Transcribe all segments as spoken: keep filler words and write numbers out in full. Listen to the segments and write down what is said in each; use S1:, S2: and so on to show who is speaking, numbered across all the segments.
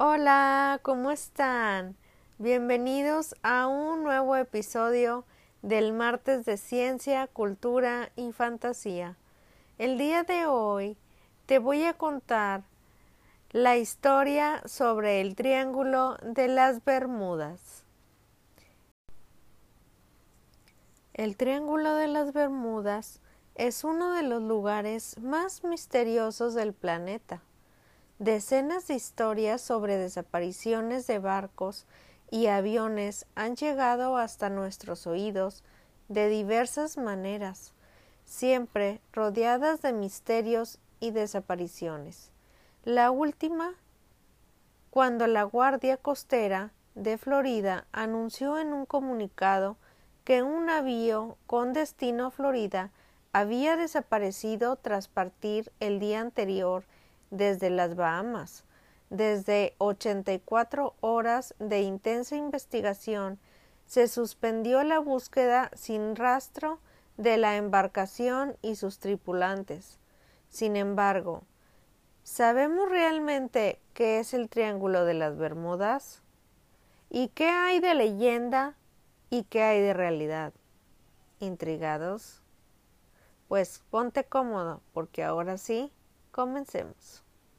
S1: Hola, ¿cómo están? Bienvenidos a un nuevo episodio del Martes de Ciencia, Cultura y Fantasía. El día de hoy te voy a contar la historia sobre el Triángulo de las Bermudas. El Triángulo de las Bermudas es uno de los lugares más misteriosos del planeta. Decenas de historias sobre desapariciones de barcos y aviones han llegado hasta nuestros oídos de diversas maneras, siempre rodeadas de misterios y desapariciones. La última, cuando la Guardia Costera de Florida anunció en un comunicado que un navío con destino a Florida había desaparecido tras partir el día anterior desde las Bahamas. Desde ochenta y cuatro horas de intensa investigación, se suspendió la búsqueda sin rastro de la embarcación y sus tripulantes. Sin embargo, ¿sabemos realmente qué es el Triángulo de las Bermudas? ¿Y qué hay de leyenda y qué hay de realidad? ¿Intrigados? Pues ponte cómodo, porque ahora sí, comencemos.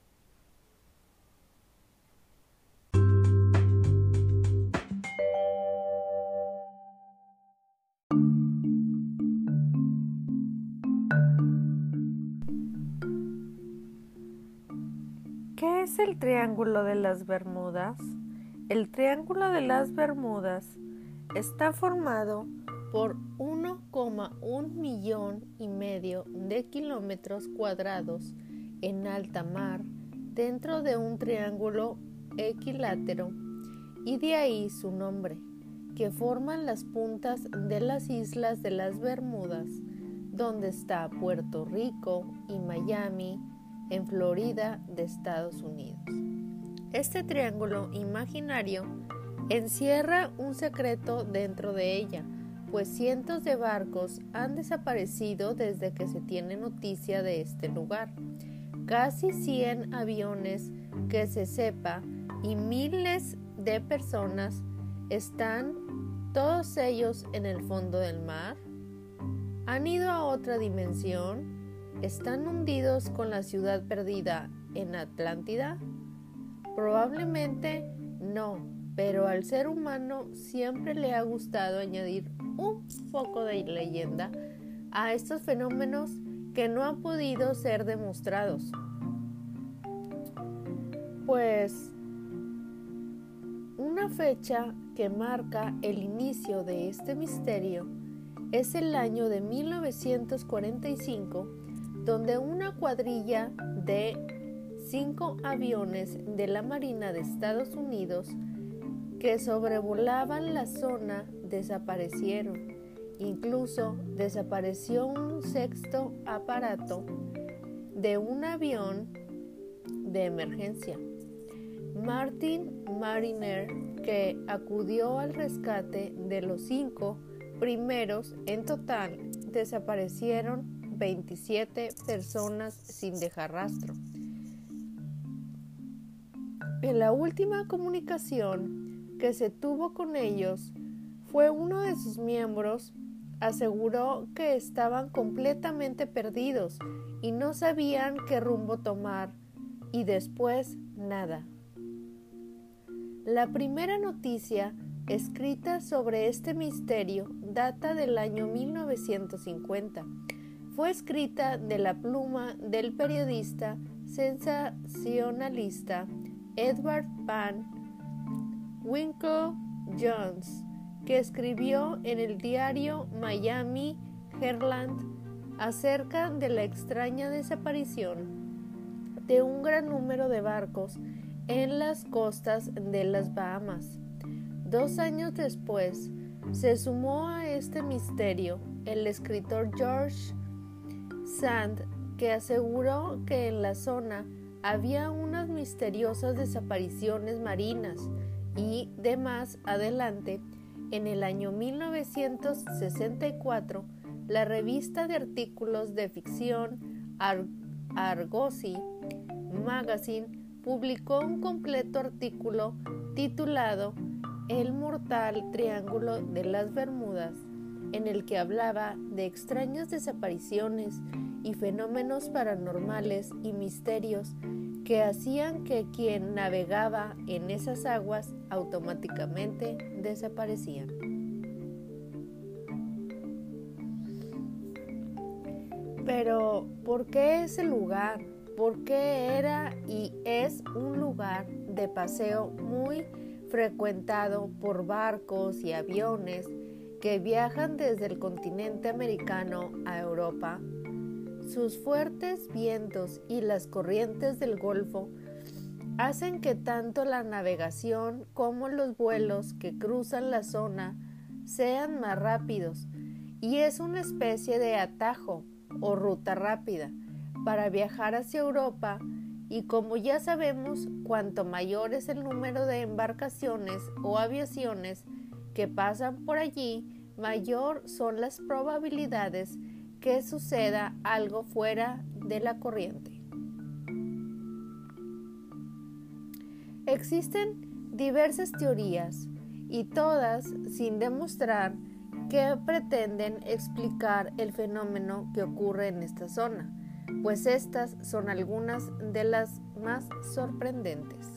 S1: ¿Qué es el Triángulo de las Bermudas? El Triángulo de las Bermudas está formado por uno coma uno millón y medio de kilómetros cuadrados en alta mar dentro de un triángulo equilátero, y de ahí su nombre, que forman las puntas de las islas de las Bermudas, donde está Puerto Rico y Miami, en Florida de Estados Unidos. Este triángulo imaginario encierra un secreto dentro de ella, pues cientos de barcos han desaparecido desde que se tiene noticia de este lugar. Casi cien aviones que se sepa y miles de personas están, todos ellos en el fondo del mar. ¿Han ido a otra dimensión? ¿Están hundidos con la ciudad perdida en Atlántida? Probablemente no, pero al ser humano siempre le ha gustado añadir un poco de leyenda a estos fenómenos que no han podido ser demostrados. Pues una fecha que marca el inicio de este misterio es el año de mil novecientos cuarenta y cinco, donde una cuadrilla de cinco aviones de la Marina de Estados Unidos que sobrevolaban la zona desaparecieron. Incluso desapareció un sexto aparato de un avión de emergencia. Martin Mariner, que acudió al rescate de los cinco primeros, en total desaparecieron veintisiete personas sin dejar rastro. En la última comunicación que se tuvo con ellos, fue uno de sus miembros aseguró que estaban completamente perdidos y no sabían qué rumbo tomar, y después nada. La primera noticia escrita sobre este misterio data del año mil novecientos cincuenta. Fue escrita de la pluma del periodista sensacionalista Edward Van Winkle Jones, que escribió en el diario Miami Herald acerca de la extraña desaparición de un gran número de barcos en las costas de las Bahamas. Dos años después, se sumó a este misterio el escritor George Sand, que aseguró que en la zona había unas misteriosas desapariciones marinas, y de más adelante, en el año mil novecientos sesenta y cuatro, la revista de artículos de ficción Ar- Argosy Magazine publicó un completo artículo titulado El mortal Triángulo de las Bermudas, en el que hablaba de extrañas desapariciones y fenómenos paranormales y misterios que hacían que quien navegaba en esas aguas automáticamente desaparecían. Pero, ¿por qué ese lugar? ¿Por qué era y es un lugar de paseo muy frecuentado por barcos y aviones que viajan desde el continente americano a Europa? Sus fuertes vientos y las corrientes del Golfo hacen que tanto la navegación como los vuelos que cruzan la zona sean más rápidos, y es una especie de atajo o ruta rápida para viajar hacia Europa, y como ya sabemos, cuanto mayor es el número de embarcaciones o aviaciones que pasan por allí, mayor son las probabilidades que suceda algo fuera de la corriente. Existen diversas teorías y todas sin demostrar que pretenden explicar el fenómeno que ocurre en esta zona, pues estas son algunas de las más sorprendentes.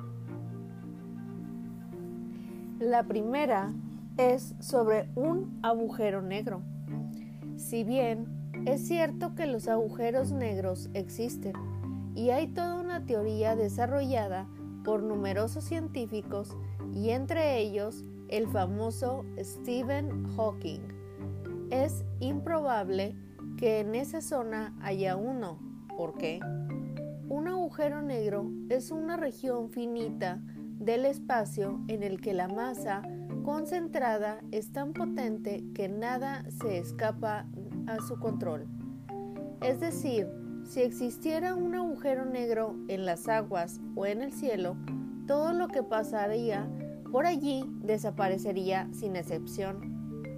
S1: La primera es sobre un agujero negro. Si bien es cierto que los agujeros negros existen y hay toda una teoría desarrollada por numerosos científicos, y entre ellos el famoso Stephen Hawking, es improbable que en esa zona haya uno. ¿Por qué? Un agujero negro es una región finita del espacio en el que la masa concentrada es tan potente que nada se escapa a su control. Es decir, si existiera un agujero negro en las aguas o en el cielo, todo lo que pasaría por allí desaparecería sin excepción.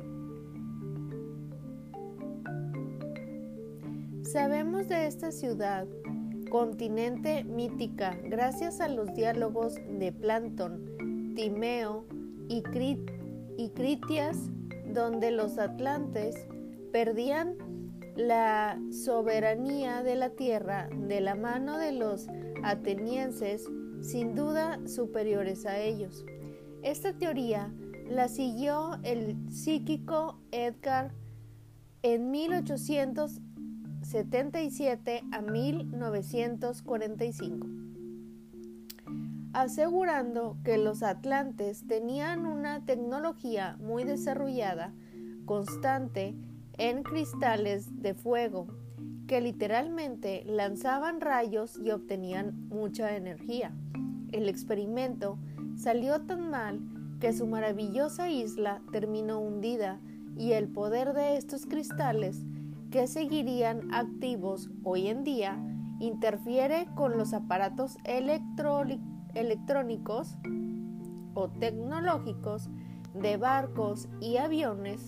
S1: Sabemos de esta ciudad, continente mítica, gracias a los diálogos de Platón, Timeo y, Crit y Critias, donde los atlantes perdían la soberanía de la tierra de la mano de los atenienses, sin duda superiores a ellos. Esta teoría la siguió el psíquico Edgar en mil ochocientos setenta y siete a mil novecientos cuarenta y cinco, asegurando que los atlantes tenían una tecnología muy desarrollada, constante en cristales de fuego, que literalmente lanzaban rayos y obtenían mucha energía. El experimento salió tan mal que su maravillosa isla terminó hundida, y el poder de estos cristales, que seguirían activos hoy en día, interfiere con los aparatos electrónicos o tecnológicos de barcos y aviones.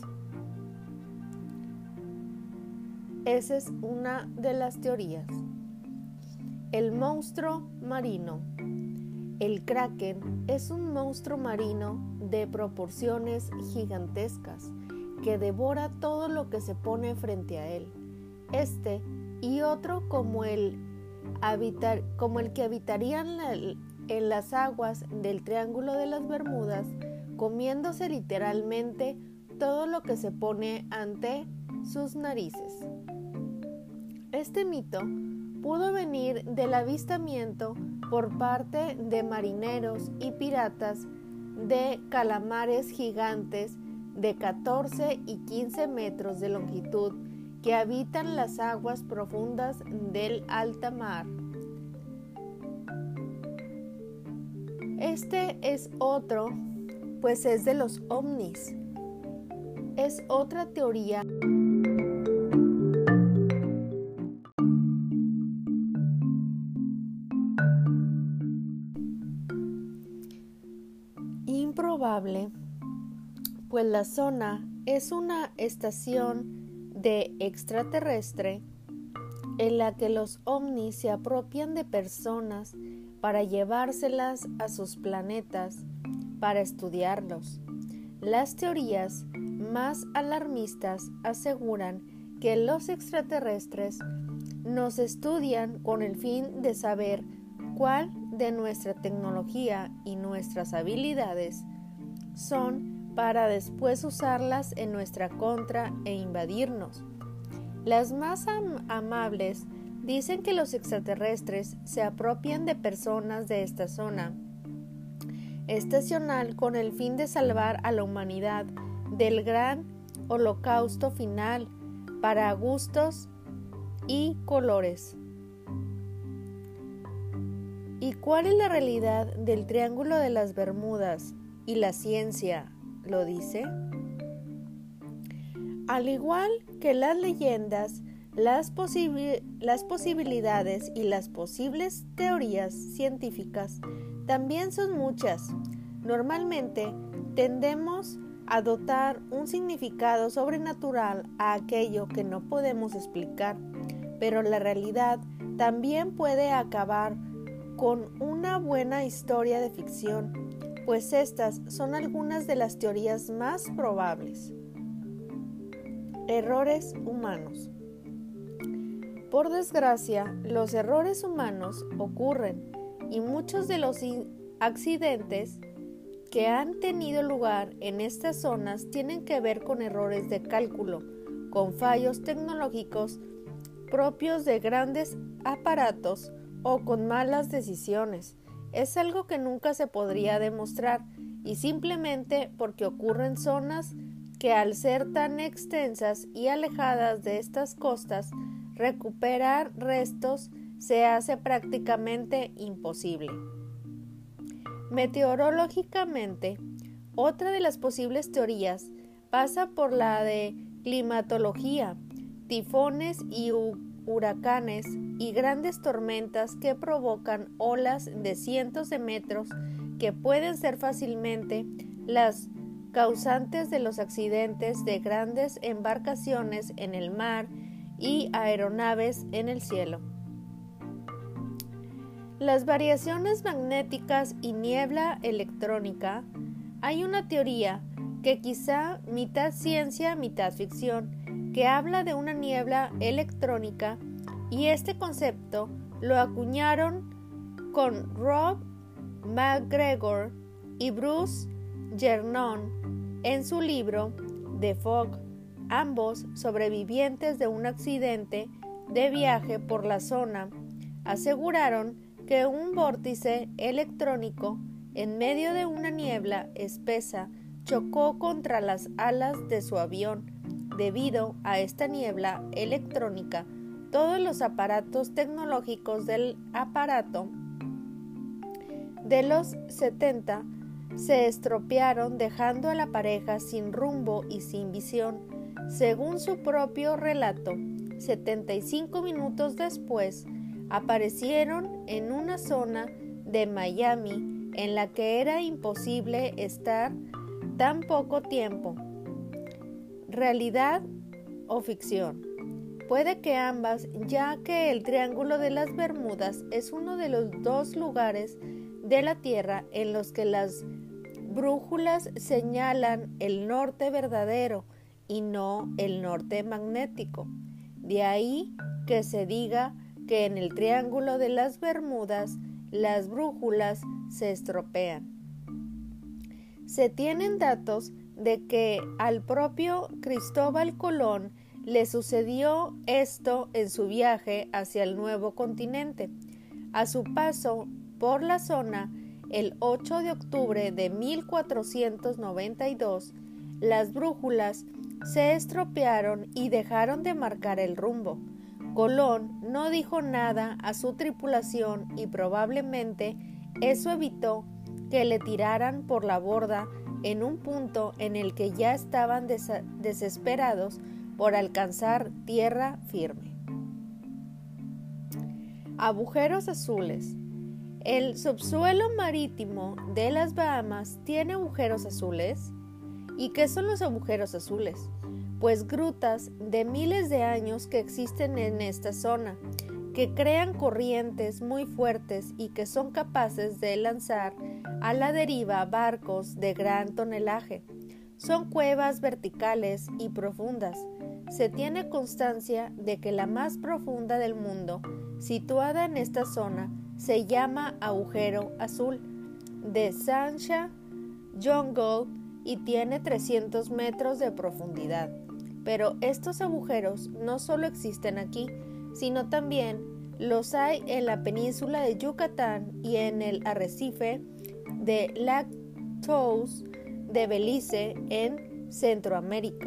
S1: Esa es una de las teorías. El monstruo marino. El kraken es un monstruo marino de proporciones gigantescas que devora todo lo que se pone frente a él. Este y otro como el, habitar, como el que habitarían la, en las aguas del Triángulo de las Bermudas, comiéndose literalmente todo lo que se pone ante sus narices. Este mito pudo venir del avistamiento por parte de marineros y piratas de calamares gigantes de catorce y quince metros de longitud que habitan las aguas profundas del alta mar. Este es otro, pues es de los ovnis. Es otra teoría improbable, pues la zona es una estación de extraterrestre en la que los ovnis se apropian de personas para llevárselas a sus planetas para estudiarlos. Las teorías más alarmistas aseguran que los extraterrestres nos estudian con el fin de saber cuál de nuestra tecnología y nuestras habilidades son para después usarlas en nuestra contra e invadirnos. Las más am- amables dicen que los extraterrestres se apropian de personas de esta zona estacional con el fin de salvar a la humanidad del gran holocausto final para gustos y colores. ¿Y cuál es la realidad del Triángulo de las Bermudas? ¿Y la ciencia lo dice? Al igual que las leyendas, las, posibi- las posibilidades y las posibles teorías científicas también son muchas. Normalmente tendemos a dotar un significado sobrenatural a aquello que no podemos explicar, pero la realidad también puede acabar con una buena historia de ficción, pues estas son algunas de las teorías más probables. Errores humanos. Por desgracia, los errores humanos ocurren y muchos de los accidentes que han tenido lugar en estas zonas tienen que ver con errores de cálculo, con fallos tecnológicos propios de grandes aparatos o con malas decisiones. Es algo que nunca se podría demostrar y simplemente porque ocurre en zonas que al ser tan extensas y alejadas de estas costas, recuperar restos se hace prácticamente imposible. Meteorológicamente, otra de las posibles teorías pasa por la de climatología, tifones y huracanes y grandes tormentas que provocan olas de cientos de metros que pueden ser fácilmente las causantes de los accidentes de grandes embarcaciones en el mar y aeronaves en el cielo. Las variaciones magnéticas y niebla electrónica. Hay una teoría que quizá mitad ciencia, mitad ficción, que habla de una niebla electrónica, y este concepto lo acuñaron con Rob McGregor y Bruce Jernon en su libro The Fog. Ambos sobrevivientes de un accidente de viaje por la zona aseguraron que un vórtice electrónico en medio de una niebla espesa chocó contra las alas de su avión. Debido a esta niebla electrónica, todos los aparatos tecnológicos del aparato de los setenta se estropearon, dejando a la pareja sin rumbo y sin visión. Según su propio relato, setenta y cinco minutos después, aparecieron en una zona de Miami en la que era imposible estar tan poco tiempo. ¿Realidad o ficción? Puede que ambas, ya que el Triángulo de las Bermudas es uno de los dos lugares de la Tierra en los que las brújulas señalan el norte verdadero y no el norte magnético. De ahí que se diga que en el Triángulo de las Bermudas las brújulas se estropean. Se tienen datos de que al propio Cristóbal Colón le sucedió esto en su viaje hacia el nuevo continente. A su paso por la zona, el ocho de octubre de mil cuatrocientos noventa y dos, las brújulas se estropearon y dejaron de marcar el rumbo. Colón no dijo nada a su tripulación y probablemente eso evitó que le tiraran por la borda en un punto en el que ya estaban des- desesperados por alcanzar tierra firme. Agujeros azules. ¿El subsuelo marítimo de las Bahamas tiene agujeros azules? ¿Y qué son los agujeros azules? Pues grutas de miles de años que existen en esta zona, que crean corrientes muy fuertes y que son capaces de lanzar a la deriva barcos de gran tonelaje. Son cuevas verticales y profundas. Se tiene constancia de que la más profunda del mundo, situada en esta zona, se llama Agujero Azul de Sancha Jungle y tiene trescientos metros de profundidad. Pero estos agujeros no solo existen aquí, sino también los hay en la península de Yucatán y en el arrecife de Lactous de Belice en Centroamérica.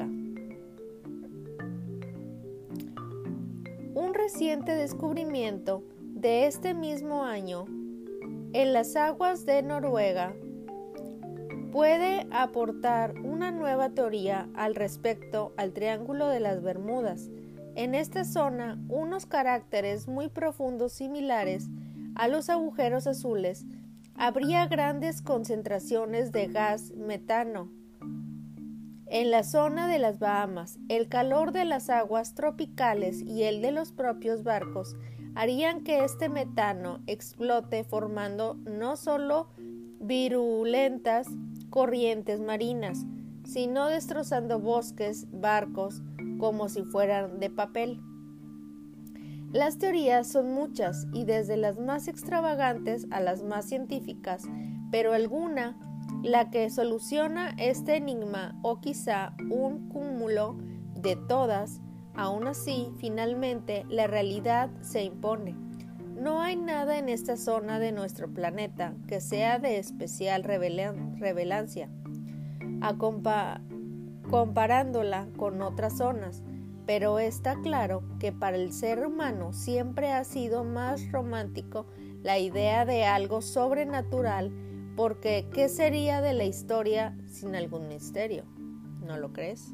S1: Un reciente descubrimiento de este mismo año en las aguas de Noruega puede aportar una nueva teoría al respecto al Triángulo de las Bermudas. En esta zona, unos caracteres muy profundos similares a los agujeros azules, habría grandes concentraciones de gas metano. En la zona de las Bahamas, el calor de las aguas tropicales y el de los propios barcos harían que este metano explote formando no solo virulentas corrientes marinas, sino destrozando bosques, barcos, como si fueran de papel. Las teorías son muchas y desde las más extravagantes a las más científicas, pero alguna, la que soluciona este enigma o quizá un cúmulo de todas, aún así, finalmente, la realidad se impone. No hay nada en esta zona de nuestro planeta que sea de especial relevancia, compa comparándola con otras zonas, pero está claro que para el ser humano siempre ha sido más romántico la idea de algo sobrenatural, porque ¿qué sería de la historia sin algún misterio? ¿No lo crees?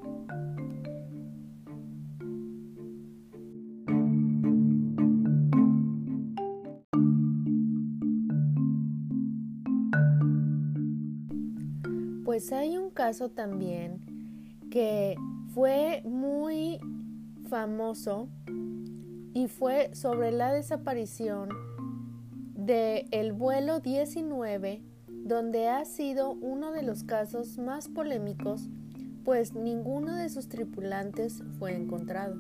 S1: Pues hay un caso también que fue muy famoso y fue sobre la desaparición del vuelo diecinueve, donde ha sido uno de los casos más polémicos, pues ninguno de sus tripulantes fue encontrado.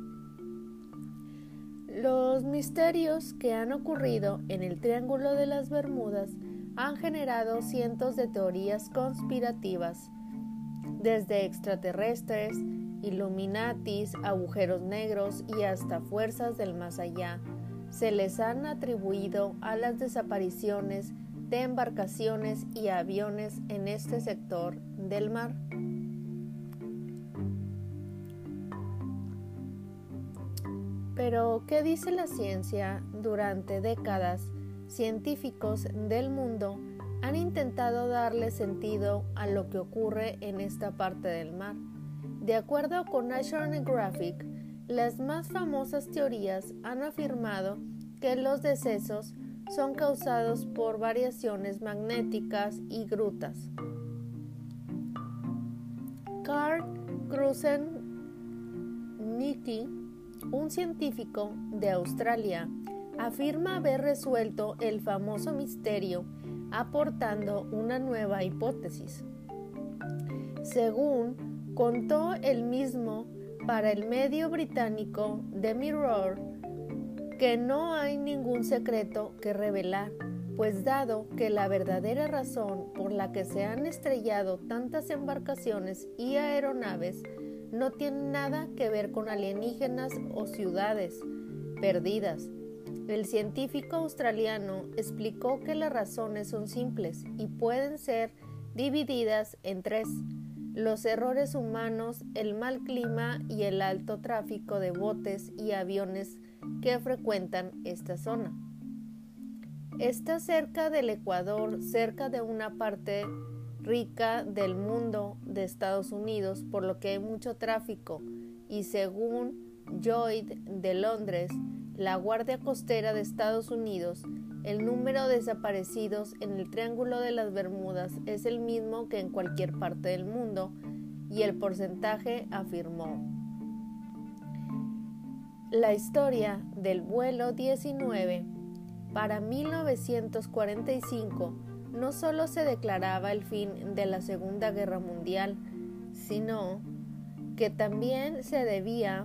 S1: Los misterios que han ocurrido en el Triángulo de las Bermudas han generado cientos de teorías conspirativas, desde extraterrestres, Illuminatis, agujeros negros y hasta fuerzas del más allá. Se les han atribuido a las desapariciones de embarcaciones y aviones en este sector del mar. Pero, ¿qué dice la ciencia? Durante décadas, científicos del mundo han intentado darle sentido a lo que ocurre en esta parte del mar. De acuerdo con National Geographic, las más famosas teorías han afirmado que los decesos son causados por variaciones magnéticas y grutas. Carl Kruszelnicki, un científico de Australia, afirma haber resuelto el famoso misterio aportando una nueva hipótesis. Según contó él mismo para el medio británico The Mirror, que no hay ningún secreto que revelar, pues dado que la verdadera razón por la que se han estrellado tantas embarcaciones y aeronaves no tiene nada que ver con alienígenas o ciudades perdidas. El científico australiano explicó que las razones son simples y pueden ser divididas en tres: los errores humanos, el mal clima y el alto tráfico de botes y aviones que frecuentan esta zona. Está cerca del Ecuador, cerca de una parte rica del mundo de Estados Unidos, por lo que hay mucho tráfico, y según Lloyd de Londres, la Guardia Costera de Estados Unidos, el número de desaparecidos en el Triángulo de las Bermudas es el mismo que en cualquier parte del mundo, y el porcentaje, afirmó, La historia del vuelo diecinueve para mil novecientos cuarenta y cinco no solo se declaraba el fin de la Segunda Guerra Mundial, sino que también se debía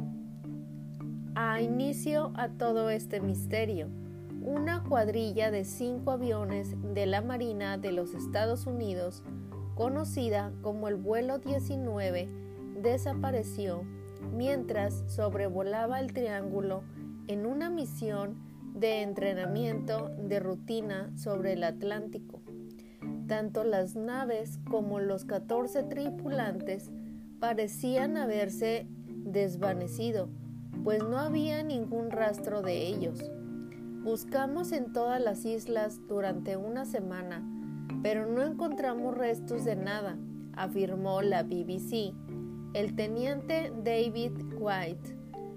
S1: a inicio a todo este misterio. Una cuadrilla de cinco aviones de la Marina de los Estados Unidos, conocida como el vuelo diecinueve, desapareció mientras sobrevolaba el Triángulo en una misión de entrenamiento de rutina sobre el Atlántico. Tanto las naves como los catorce tripulantes parecían haberse desvanecido, pues no había ningún rastro de ellos. Buscamos en todas las islas durante una semana, pero no encontramos restos de nada, afirmó la B B C el teniente David White,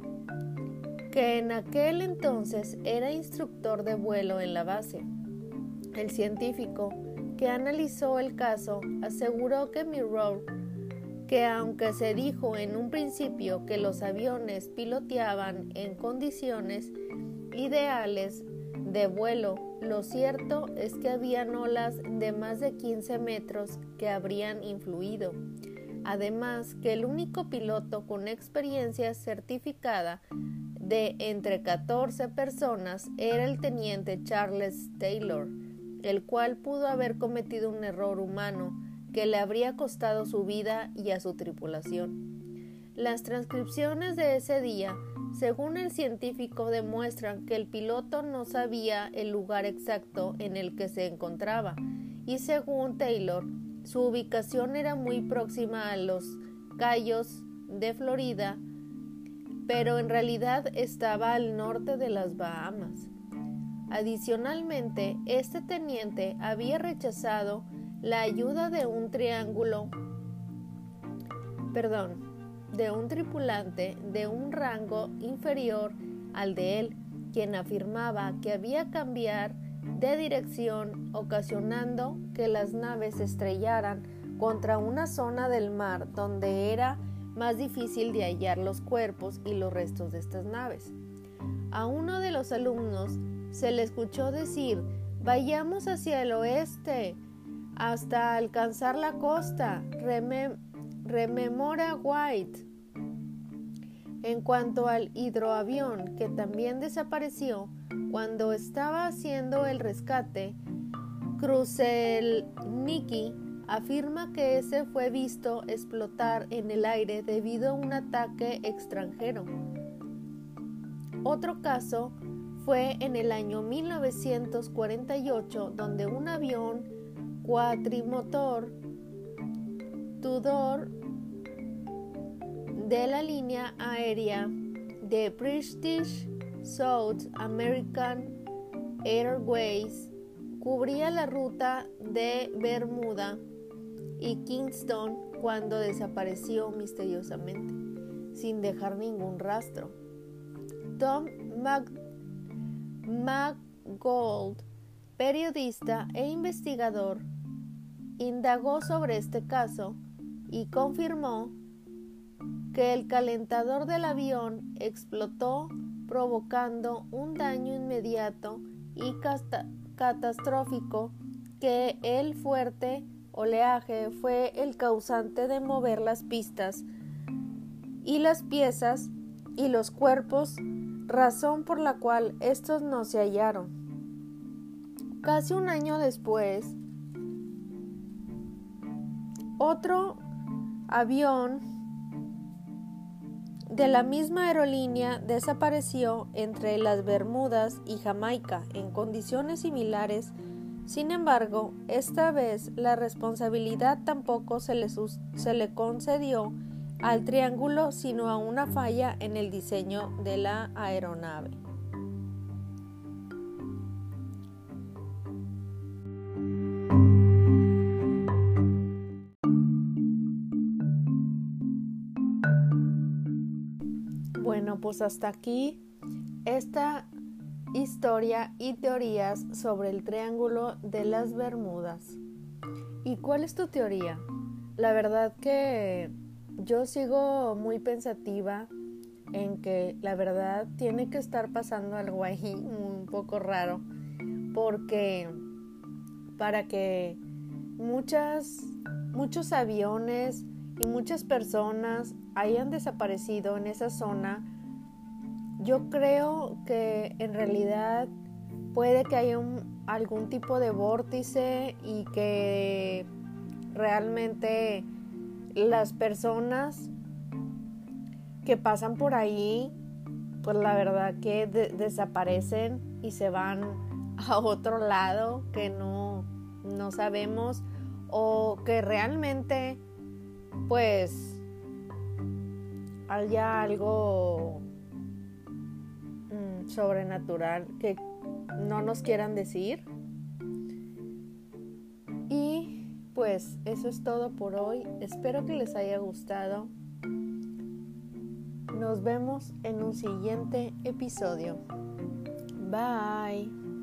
S1: que en aquel entonces era instructor de vuelo en la base. El científico que analizó el caso aseguró que Mirror, que aunque se dijo en un principio que los aviones piloteaban en condiciones ideales de vuelo, lo cierto es que habían olas de más de quince metros que habrían influido. Además, que el único piloto con experiencia certificada de entre catorce personas era el teniente Charles Taylor, el cual pudo haber cometido un error humano que le habría costado su vida y a su tripulación. Las transcripciones de ese día, según el científico, demuestran que el piloto no sabía el lugar exacto en el que se encontraba y, según Taylor, su ubicación era muy próxima a los Cayos de Florida, pero en realidad estaba al norte de las Bahamas. Adicionalmente, este teniente había rechazado la ayuda de un triángulo, perdón, de un tripulante de un rango inferior al de él, quien afirmaba que había cambiar de dirección, ocasionando que las naves se estrellaran contra una zona del mar donde era más difícil de hallar los cuerpos y los restos de estas naves. A uno de los alumnos se le escuchó decir: «Vayamos hacia el oeste hasta alcanzar la costa», remem- rememora White. En cuanto al hidroavión, que también desapareció cuando estaba haciendo el rescate, Kruszelnicki afirma que ese fue visto explotar en el aire debido a un ataque extranjero. Otro caso fue en el año mil novecientos cuarenta y ocho, donde un avión cuatrimotor Tudor de la línea aérea de British South American Airways cubría la ruta de Bermuda y Kingston cuando desapareció misteriosamente, sin dejar ningún rastro. Tom Mac- McGould, periodista e investigador, indagó sobre este caso y confirmó que el calentador del avión explotó, provocando un daño inmediato y casta- catastrófico, que el fuerte oleaje fue el causante de mover las pistas y las piezas y los cuerpos, razón por la cual estos no se hallaron. Casi un año después, otro avión de la misma aerolínea desapareció entre las Bermudas y Jamaica en condiciones similares. Sin embargo, esta vez la responsabilidad tampoco se le, sus- se le concedió al triángulo, sino a una falla en el diseño de la aeronave. Bueno, pues hasta aquí esta historia y teorías sobre el Triángulo de las Bermudas. ¿Y cuál es tu teoría? La verdad que yo sigo muy pensativa en que la verdad tiene que estar pasando algo ahí un poco raro, porque para que muchas, muchos aviones y muchas personas hayan desaparecido en esa zona, yo creo que en realidad puede que haya un, algún tipo de vórtice y que realmente las personas que pasan por ahí, pues la verdad que de- desaparecen y se van a otro lado que no, no sabemos, o que realmente pues haya algo mm, sobrenatural que no nos quieran decir. Y pues eso es todo por hoy. Espero que les haya gustado. Nos vemos en un siguiente episodio. Bye.